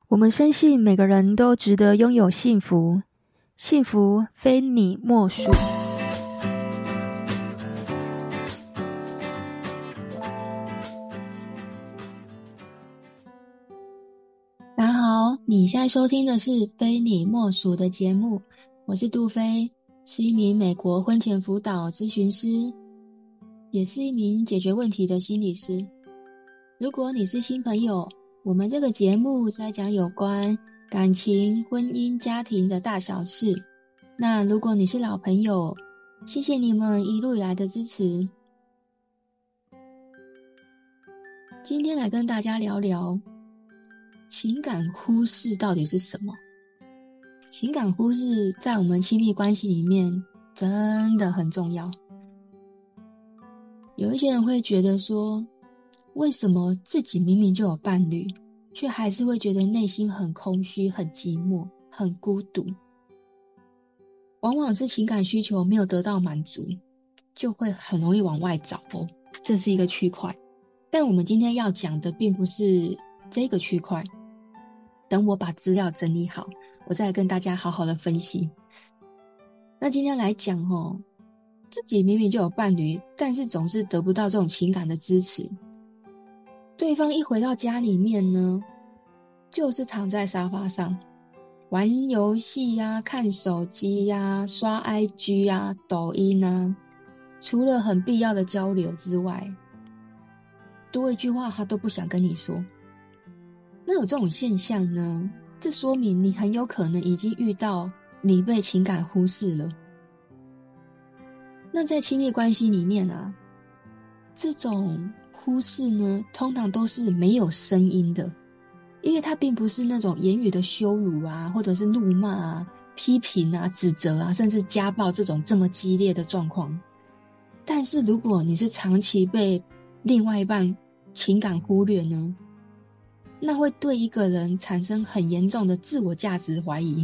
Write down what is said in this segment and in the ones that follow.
我们深信每个人都值得拥有幸福，幸福非你莫属。 大家好，你现在收听的是非你莫属的节目，我是杜菲，是一名美国婚前辅导咨询师，也是一名解决问题的心理师。如果你是新朋友，我们这个节目在讲有关感情、婚姻、家庭的大小事。那如果你是老朋友，谢谢你们一路以来的支持。今天来跟大家聊聊情感忽视到底是什么？情感忽视在我们亲密关系里面真的很重要。有一些人会觉得说，为什么自己明明就有伴侣，却还是会觉得内心很空虚、很寂寞、很孤独？往往是情感需求没有得到满足，就会很容易往外找哦，这是一个区块。但我们今天要讲的并不是这个区块，等我把资料整理好，我再来跟大家好好的分析。那今天来讲自己明明就有伴侣，但是总是得不到这种情感的支持。对方一回到家里面呢，就是躺在沙发上玩游戏啊，看手机啊，刷 IG 啊，抖音啊，除了很必要的交流之外，多一句话他都不想跟你说。那有这种现象呢，这说明你很有可能已经遇到你被情感忽视了。那在亲密关系里面啊，这种忽视呢，通常都是没有声音的，因为它并不是那种言语的羞辱啊，或者是怒骂啊、批评啊、指责啊，甚至家暴这种这么激烈的状况。但是如果你是长期被另外一半情感忽略呢，那会对一个人产生很严重的自我价值怀疑。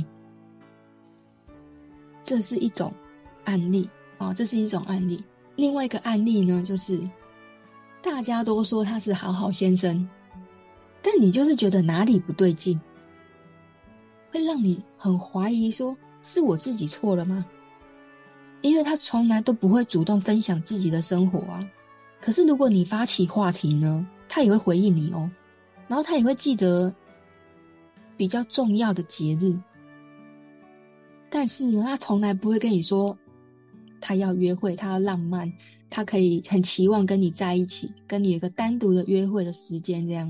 这是一种案例这是一种案例。另外一个案例呢，就是大家都说他是好好先生，但你就是觉得哪里不对劲，会让你很怀疑说，是我自己错了吗？因为他从来都不会主动分享自己的生活啊。可是如果你发起话题呢，他也会回应你哦，然后他也会记得比较重要的节日，但是呢，他从来不会跟你说他要约会，他要浪漫，他可以很期望跟你在一起，跟你有一个单独的约会的时间这样。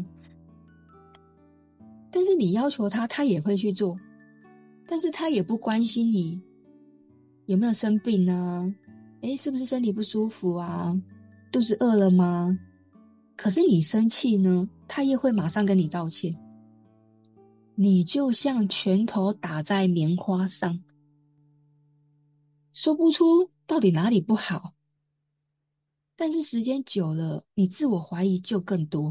但是你要求他，他也会去做，但是他也不关心你有没有生病啊，是不是身体不舒服啊，肚子饿了吗？可是你生气呢，他也会马上跟你道歉。你就像拳头打在棉花上，说不出到底哪里不好，但是时间久了，你自我怀疑就更多。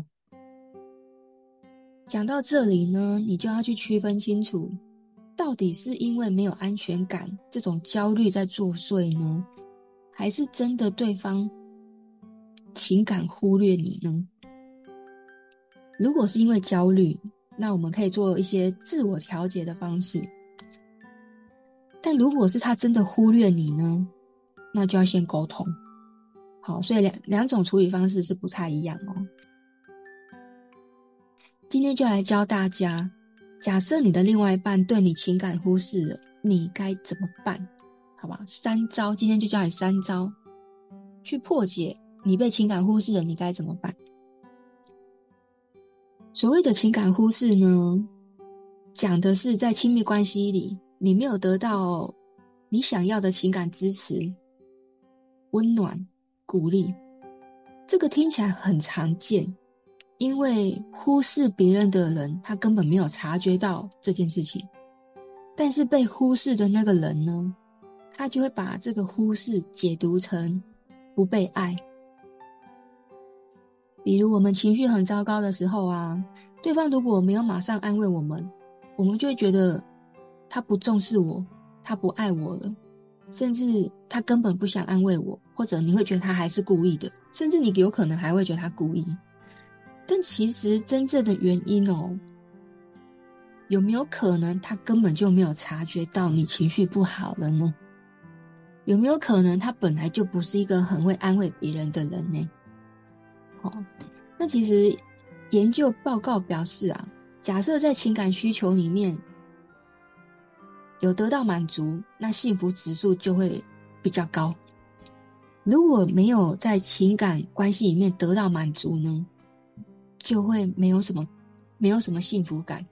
讲到这里呢，你就要去区分清楚，到底是因为没有安全感，这种焦虑在作祟呢，还是真的对方情感忽略你呢？如果是因为焦虑，那我们可以做一些自我调节的方式。但如果是他真的忽略你呢，那就要先沟通。好，所以两种处理方式是不太一样哦。今天就来教大家，假设你的另外一半对你情感忽视了，你该怎么办？好吧，3招，今天就教你3招，去破解你被情感忽视了，你该怎么办？所谓的情感忽视呢，讲的是在亲密关系里，你没有得到你想要的情感支持、温暖、鼓励。这个听起来很常见，因为忽视别人的人，他根本没有察觉到这件事情。但是被忽视的那个人呢，他就会把这个忽视解读成不被爱。比如我们情绪很糟糕的时候啊，对方如果没有马上安慰我们，我们就会觉得他不重视我，他不爱我了，甚至他根本不想安慰我，或者你会觉得他还是故意的，甚至你有可能还会觉得他故意。但其实真正的原因有没有可能他根本就没有察觉到你情绪不好了呢？有没有可能他本来就不是一个很会安慰别人的人呢？那其实研究报告表示啊，假设在情感需求里面有得到满足，那幸福指数就会比较高。如果没有在情感关系里面得到满足呢，就会没有什么幸福感。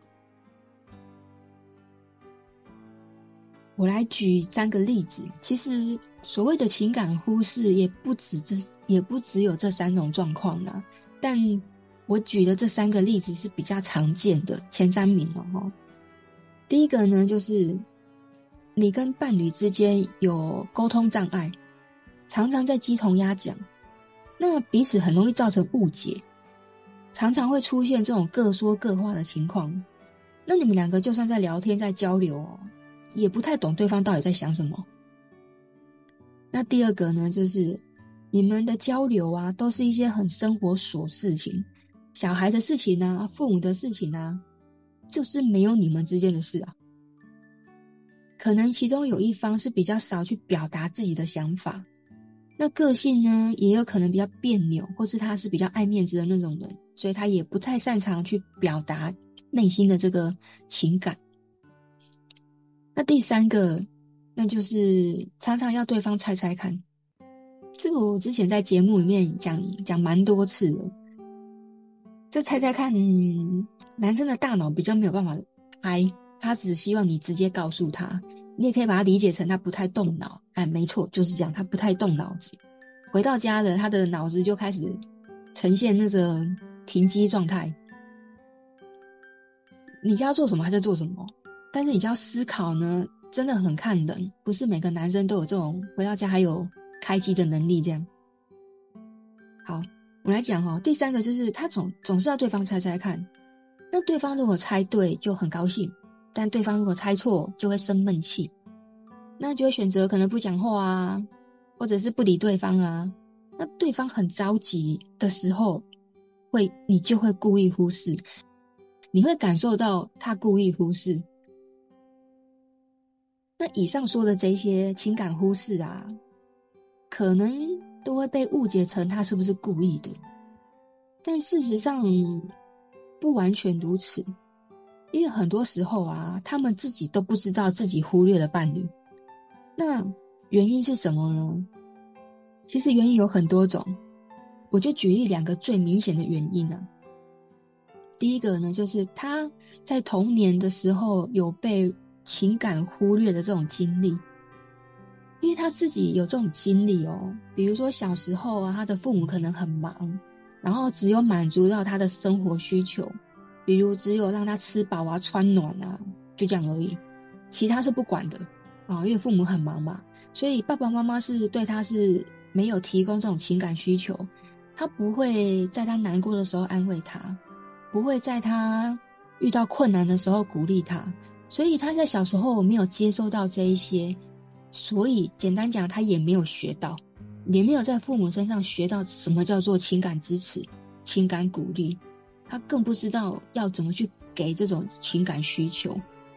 我来举3个例子，其实所谓的情感忽视也不只有这3种状况啦，但我举的这3个例子是比较常见的前3名哦。第一个呢，就是你跟伴侣之间有沟通障碍，常常在鸡同鸭讲，那彼此很容易造成误解，常常会出现这种各说各话的情况。那你们2个就算在聊天在交流也不太懂对方到底在想什么。那第二个呢，就是你们的交流啊，都是一些很生活琐事情，小孩的事情啊，父母的事情啊，就是没有你们之间的事啊。可能其中有一方是比较少去表达自己的想法，那个性呢，也有可能比较别扭，或是他是比较爱面子的那种人，所以他也不太擅长去表达内心的这个情感。那第3个，那就是常常要对方猜猜看。这个我之前在节目里面讲蛮多次的。这猜猜看，男生的大脑比较没有办法猜，他只希望你直接告诉他。你也可以把它理解成他不太动脑。没错，就是这样，他不太动脑子。回到家了，他的脑子就开始呈现那个停机状态。你叫他做什么他就做什么，但是你就要思考呢，真的很看人，不是每个男生都有这种回到家还有开机的能力这样。好，我来讲第3个就是他总是要对方猜猜看，那对方如果猜对就很高兴，但对方如果猜错就会生闷气，那就会选择可能不讲话啊，或者是不理对方啊。那对方很着急的时候，你就会故意忽视，你会感受到他故意忽视。那以上说的这些情感忽视啊，可能都会被误解成他是不是故意的，但事实上不完全如此。因为很多时候啊，他们自己都不知道自己忽略了伴侣。那原因是什么呢？其实原因有很多种，我就举例2个最明显的原因啊。第一个呢，就是他在童年的时候有被情感忽略的这种经历，因为他自己有这种经历比如说小时候啊，他的父母可能很忙，然后只有满足到他的生活需求，比如只有让他吃饱啊穿暖啊，就这样而已，其他是不管的因为父母很忙嘛，所以爸爸妈妈是对他是没有提供这种情感需求，他不会在他难过的时候安慰他，不会在他遇到困难的时候鼓励他，所以他在小时候没有接受到这一些，所以简单讲他也没有学到，也没有在父母身上学到什么叫做情感支持、情感鼓励，他更不知道要怎么去给这种情感需求。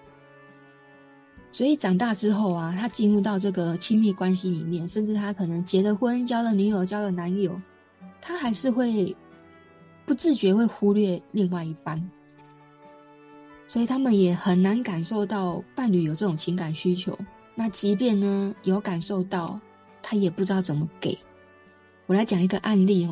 所以长大之后啊，他进入到这个亲密关系里面，甚至他可能结了婚、交了女友、交了男友，他还是会不自觉会忽略另外一半，所以他们也很难感受到伴侣有这种情感需求。那即便呢有感受到，他也不知道怎么给。我来讲一个案例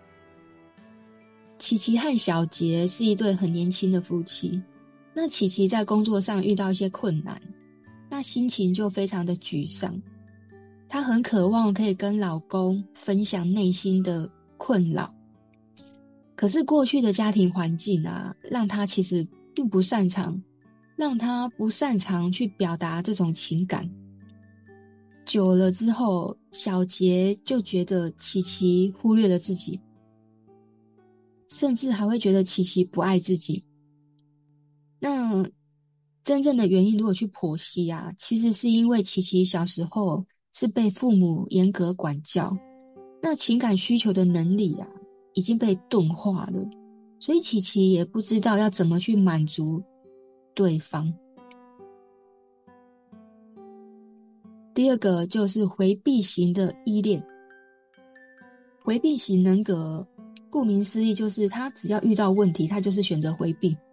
琪琪和小杰是一对很年轻的夫妻。那琪琪在工作上遇到一些困难，那心情就非常的沮丧，她很渴望可以跟老公分享内心的困扰，可是过去的家庭环境啊，让她其实并不擅长，让她不擅长去表达这种情感。久了之后，小杰就觉得琪琪忽略了自己，甚至还会觉得琪琪不爱自己。那真正的原因如果去剖析啊，其实是因为琪琪小时候是被父母严格管教，那情感需求的能力啊已经被钝化了，所以琪琪也不知道要怎么去满足对方。第二个就是回避型的依恋。回避型人格顾名思义，就是他只要遇到问题，他就是选择回避。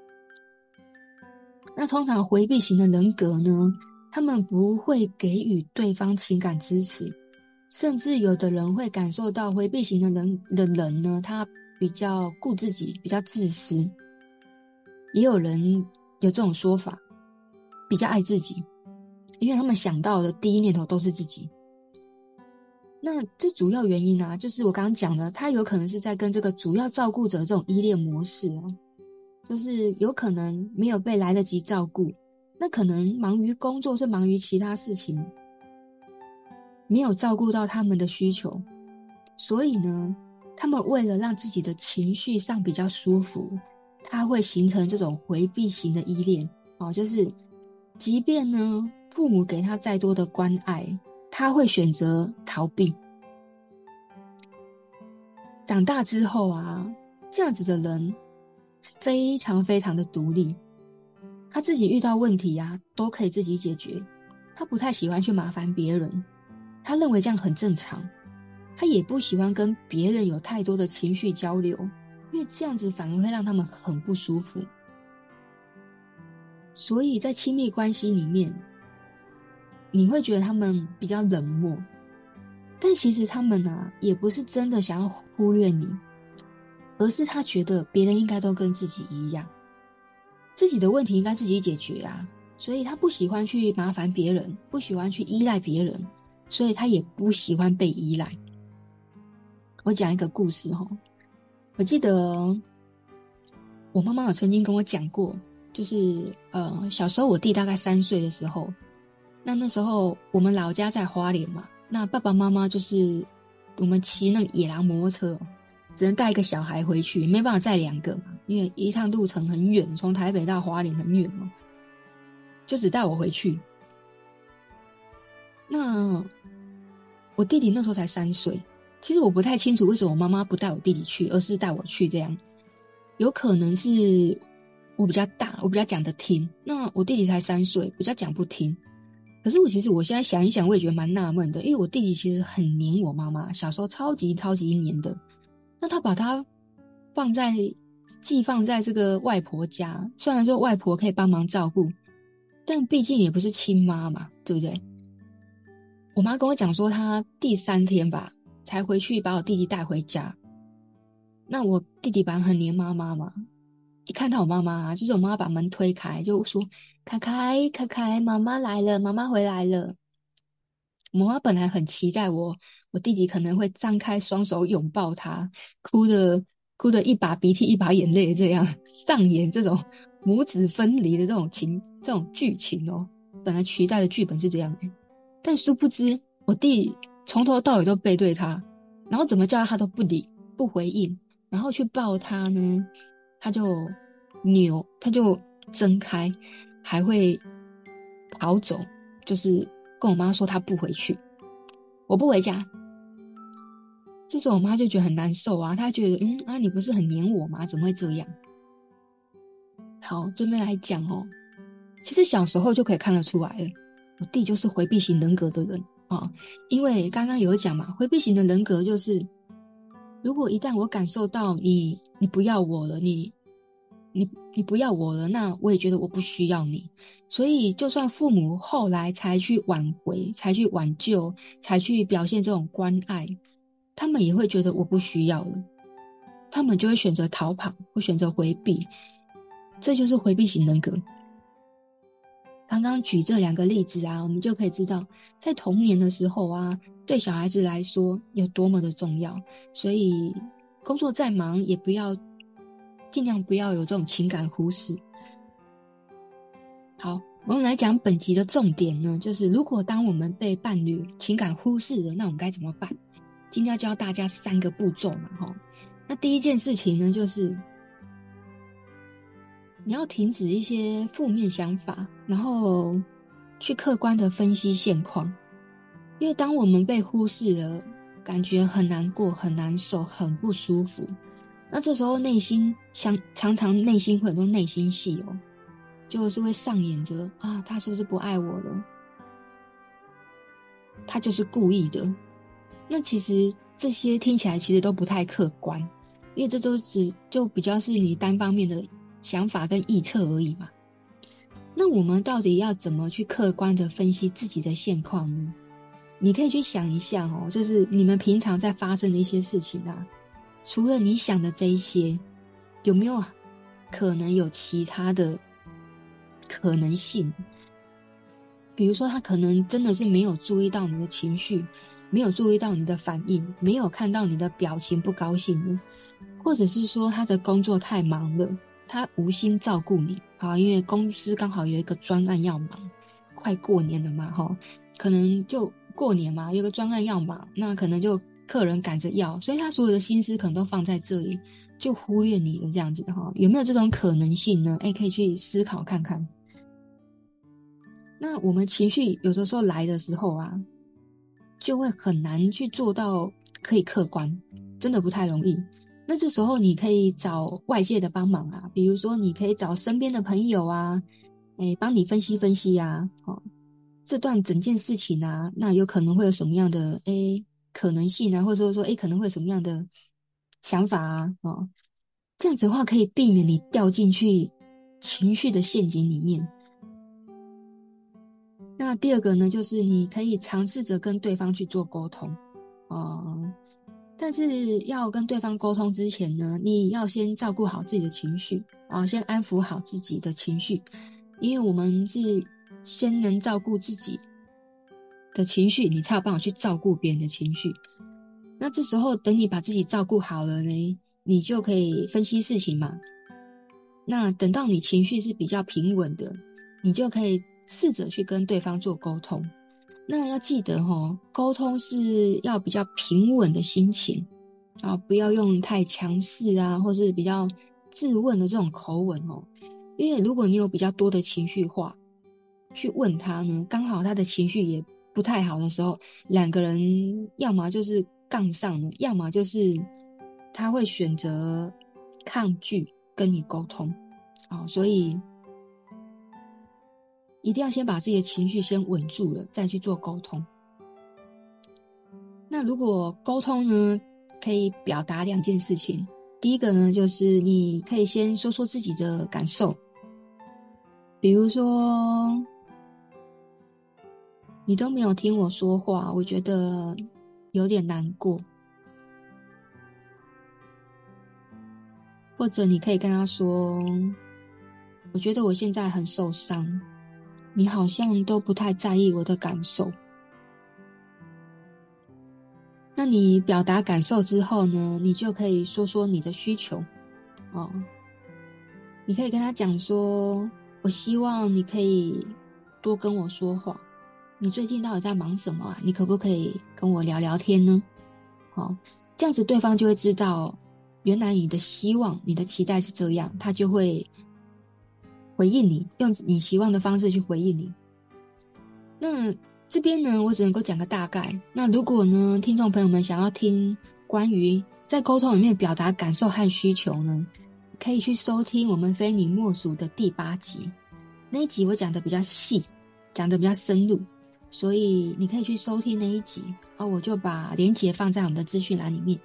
那通常回避型的人格呢，他们不会给予对方情感支持，甚至有的人会感受到回避型的人呢，他比较顾自己，比较自私。也有人有这种说法，比较爱自己，因为他们想到的第一念头都是自己。那这主要原因啊，就是我刚刚讲的，他有可能是在跟这个主要照顾者这种依恋模式哦，就是有可能没有被来得及照顾，那可能忙于工作，是忙于其他事情，没有照顾到他们的需求，所以呢，他们为了让自己的情绪上比较舒服，他会形成这种回避型的依恋哦，就是即便呢父母给他再多的关爱，他会选择逃避。长大之后啊，这样子的人非常非常的独立，他自己遇到问题啊都可以自己解决，他不太喜欢去麻烦别人，他认为这样很正常，他也不喜欢跟别人有太多的情绪交流，因为这样子反而会让他们很不舒服。所以在亲密关系里面，你会觉得他们比较冷漠，但其实他们啊也不是真的想要忽略你，而是他觉得别人应该都跟自己一样，自己的问题应该自己解决啊，所以他不喜欢去麻烦别人，不喜欢去依赖别人，所以他也不喜欢被依赖。我讲一个故事齁，我记得我妈妈有曾经跟我讲过，就是小时候我弟大概3岁的时候，那时候我们老家在花莲嘛，那爸爸妈妈就是我们骑那个野狼摩托车只能带一个小孩回去，没办法载2个嘛，因为一趟路程很远，从台北到花莲很远嘛，就只带我回去。那我弟弟那时候才3岁，其实我不太清楚为什么我妈妈不带我弟弟去，而是带我去这样。有可能是我比较大，我比较讲得听，那我弟弟才3岁，比较讲不听。可是其实我现在想一想，我也觉得蛮纳闷的，因为我弟弟其实很黏我妈妈，小时候超级超级黏的。那他把他寄放在这个外婆家，虽然说外婆可以帮忙照顾，但毕竟也不是亲妈嘛，对不对？我妈跟我讲说，她第3天吧才回去把我弟弟带回家。那我弟弟本来很黏妈妈嘛，一看到我妈妈，就是我妈妈把门推开，就说：凯凯，凯凯，妈妈来了，妈妈回来了。我妈妈本来很期待我弟弟可能会张开双手拥抱他，哭的一把鼻涕一把眼泪，这样上演这种母子分离的这种剧情哦。本来期待的剧本是这样的，但殊不知我弟从头到尾都背对他，然后怎么叫他都不理不回应，然后去抱他呢，他就睁开，还会逃走，就是跟我妈说他不回去，我不回家。这时候我妈就觉得很难受啊，她觉得你不是很黏我吗？怎么会这样？好，这边来讲哦，其实小时候就可以看得出来了，我弟就是回避型人格的人啊，因为刚刚有讲嘛，回避型的人格就是，如果一旦我感受到你不要我了，你不要我了，那我也觉得我不需要你，所以就算父母后来才去挽回，才去挽救，才去表现这种关爱，他们也会觉得我不需要了，他们就会选择逃跑，会选择回避，这就是回避型人格。刚刚举这2个例子啊，我们就可以知道，在童年的时候啊，对小孩子来说有多么的重要。所以工作再忙，也尽量不要有这种情感忽视。好，我们来讲本集的重点呢，就是如果当我们被伴侣情感忽视了，那我们该怎么办？今天要教大家3个步骤嘛，齁。那第一件事情呢，就是你要停止一些负面想法，然后去客观的分析现况。因为当我们被忽视了，感觉很难过、很难受、很不舒服，那这时候常常内心会有很多内心戏哦。 就是会上演着啊，他是不是不爱我了？他就是故意的。那其实这些听起来其实都不太客观，因为这都就比较是你单方面的想法跟臆测而已嘛。那我们到底要怎么去客观的分析自己的现况呢？你可以去想一下哦，就是你们平常在发生的一些事情啊，除了你想的这一些，有没有可能有其他的可能性？比如说他可能真的是没有注意到你的情绪，没有注意到你的反应，没有看到你的表情不高兴了，或者是说他的工作太忙了，他无心照顾你啊，因为公司刚好有一个专案要忙，快过年了嘛齁，可能就过年嘛，有个专案要忙，那可能就客人赶着要，所以他所有的心思可能都放在这里，就忽略你了这样子的齁，有没有这种可能性呢？可以去思考看看。那我们情绪有的时候来的时候啊，就会很难去做到可以客观，真的不太容易。那这时候你可以找外界的帮忙啊，比如说你可以找身边的朋友啊，帮你分析分析啊，这段整件事情啊，那有可能会有什么样的可能性啊，或者说可能会有什么样的想法啊，这样子的话可以避免你掉进去情绪的陷阱里面。那第二个呢，就是你可以尝试着跟对方去做沟通，但是要跟对方沟通之前呢，你要先照顾好自己的情绪啊，先安抚好自己的情绪，因为我们是先能照顾自己的情绪，你才有办法去照顾别人的情绪。那这时候等你把自己照顾好了呢，你就可以分析事情嘛。那等到你情绪是比较平稳的，你就可以试着去跟对方做沟通。那要记得沟通是要比较平稳的心情啊，不要用太强势啊，或是比较质问的这种口吻因为如果你有比较多的情绪化去问他呢，刚好他的情绪也不太好的时候，两个人要么就是杠上了，要么就是他会选择抗拒跟你沟通所以一定要先把自己的情绪先稳住了，再去做沟通。那如果沟通呢，可以表达两件事情。第一个呢，就是你可以先说说自己的感受，比如说你都没有听我说话，我觉得有点难过。或者你可以跟他说，我觉得我现在很受伤，你好像都不太在意我的感受。那你表达感受之后呢，你就可以说说你的需求你可以跟他讲说，我希望你可以多跟我说话，你最近到底在忙什么啊？你可不可以跟我聊聊天呢？这样子对方就会知道，原来你的希望、你的期待是这样，他就会回应你，用你希望的方式去回应你。那这边呢，我只能够讲个大概。那如果呢，听众朋友们想要听关于在沟通里面表达感受和需求呢，可以去收听我们非你莫属的第8集。那一集我讲的比较细，讲的比较深入，所以你可以去收听那一集我就把连结放在我们的资讯栏里面。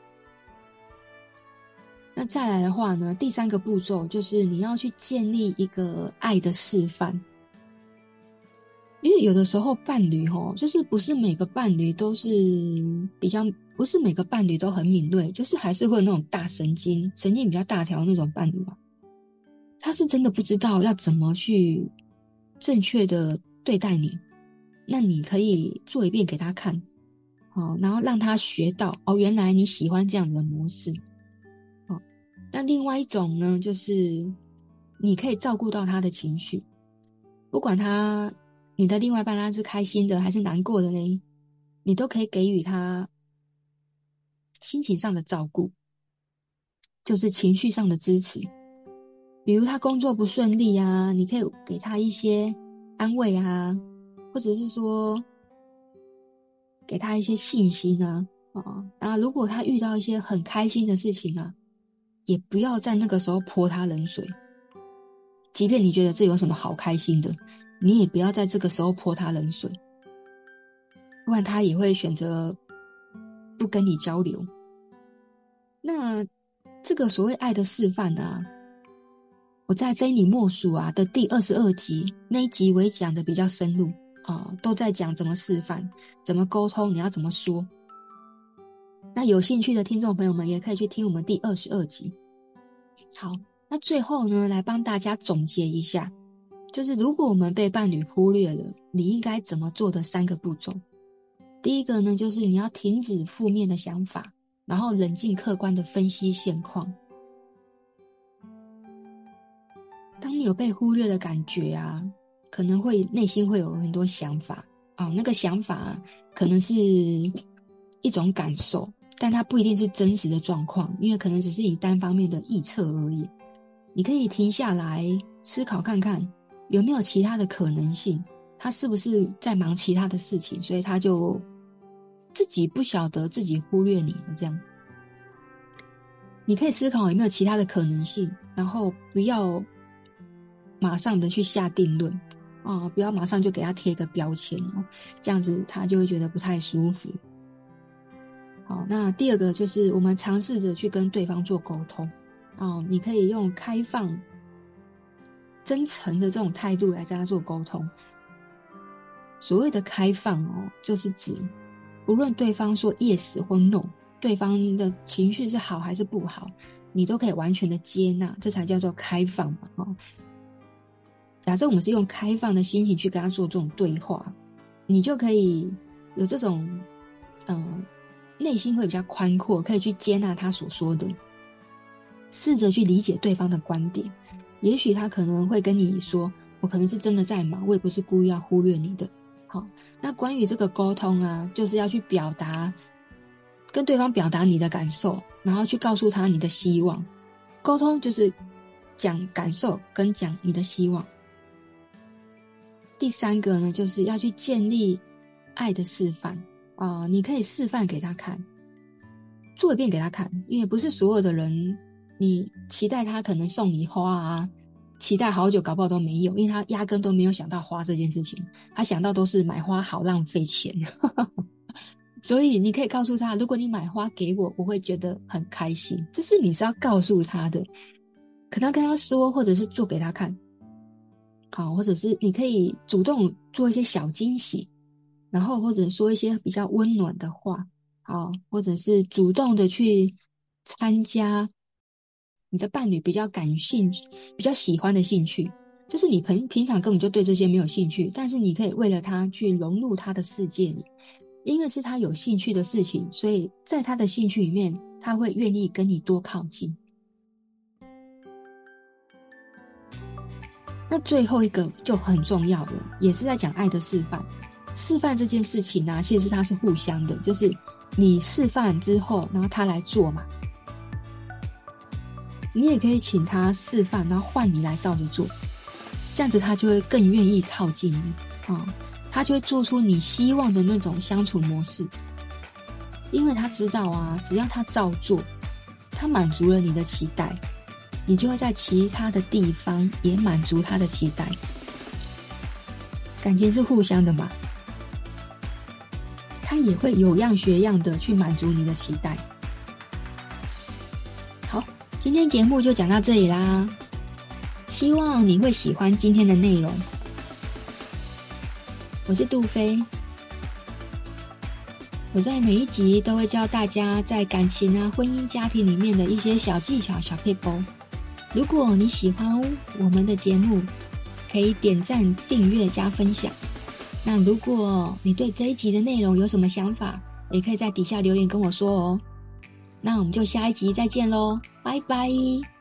那再来的话呢，第3个步骤就是你要去建立一个爱的示范。因为有的时候伴侣就是不是每个伴侣都是不是每个伴侣都很敏锐，就是还是会有那种大神经比较大条那种伴侣嘛。他是真的不知道要怎么去正确的对待你，那你可以做一遍给他看然后让他学到原来你喜欢这样的模式那另外一种呢，就是你可以照顾到他的情绪，不管你的另外一半他是开心的还是难过的嘞，你都可以给予他心情上的照顾，就是情绪上的支持。比如他工作不顺利啊，你可以给他一些安慰啊，或者是说给他一些信心啊然后如果他遇到一些很开心的事情啊，也不要在那个时候泼他冷水即便你觉得这有什么好开心的，你也不要在这个时候泼他冷水，不然他也会选择不跟你交流。那这个所谓爱的示范啊，我在非你莫属啊的第22集那一集我也讲的比较深入都在讲怎么示范，怎么沟通，你要怎么说。那有兴趣的听众朋友们也可以去听我们第22集。好，那最后呢，来帮大家总结一下，就是如果我们被伴侣忽略了，你应该怎么做的3个步骤。第一个呢，就是你要停止负面的想法，然后冷静客观的分析现况。当你有被忽略的感觉啊，可能会内心会有很多想法那个想法可能是一种感受，但它不一定是真实的状况，因为可能只是你单方面的臆测而已。你可以停下来思考看看，有没有其他的可能性，他是不是在忙其他的事情，所以他就自己不晓得自己忽略你了这样。你可以思考有没有其他的可能性，然后不要马上的去下定论不要马上就给他贴一个标签这样子他就会觉得不太舒服。好，那第二个就是我们尝试着去跟对方做沟通你可以用开放真诚的这种态度来跟他做沟通。所谓的开放就是指无论对方说 yes 或 no， 对方的情绪是好还是不好，你都可以完全的接纳，这才叫做开放嘛假设我们是用开放的心情去跟他做这种对话，你就可以有这种内心会比较宽阔，可以去接纳他所说的，试着去理解对方的观点。也许他可能会跟你说，我可能是真的在忙，我也不是故意要忽略你的。好，那关于这个沟通啊，就是要去表达，跟对方表达你的感受，然后去告诉他你的希望。沟通就是讲感受跟讲你的希望。第3个呢，就是要去建立爱的示范你可以示范给他看，做一遍给他看，因为不是所有的人你期待他可能送你花期待好久搞不好都没有，因为他压根都没有想到花这件事情，他想到都是买花好浪费钱所以你可以告诉他，如果你买花给我，我会觉得很开心，这是你是要告诉他的，可能跟他说，或者是做给他看好，或者是你可以主动做一些小惊喜，然后或者说一些比较温暖的话好，或者是主动的去参加你的伴侣比较感兴趣、比较喜欢的兴趣，就是你平常根本就对这些没有兴趣，但是你可以为了他去融入他的世界里，因为是他有兴趣的事情，所以在他的兴趣里面，他会愿意跟你多靠近。那最后一个就很重要的，也是在讲爱的示范。示范这件事情其实它是互相的，就是你示范之后，然后他来做嘛。你也可以请他示范，然后换你来照着做，这样子他就会更愿意靠近你他就会做出你希望的那种相处模式，因为他知道只要他照做，他满足了你的期待，你就会在其他的地方也满足他的期待，感情是互相的嘛，他也会有样学样的去满足你的期待。好，今天节目就讲到这里啦，希望你会喜欢今天的内容。我是杜菲，我在每一集都会教大家在感情婚姻家庭里面的一些小技巧、小撇步。如果你喜欢我们的节目，可以点赞、订阅、加分享。那如果你对这一集的内容有什么想法，也可以在底下留言跟我说哦。那我们就下一集再见咯，拜拜。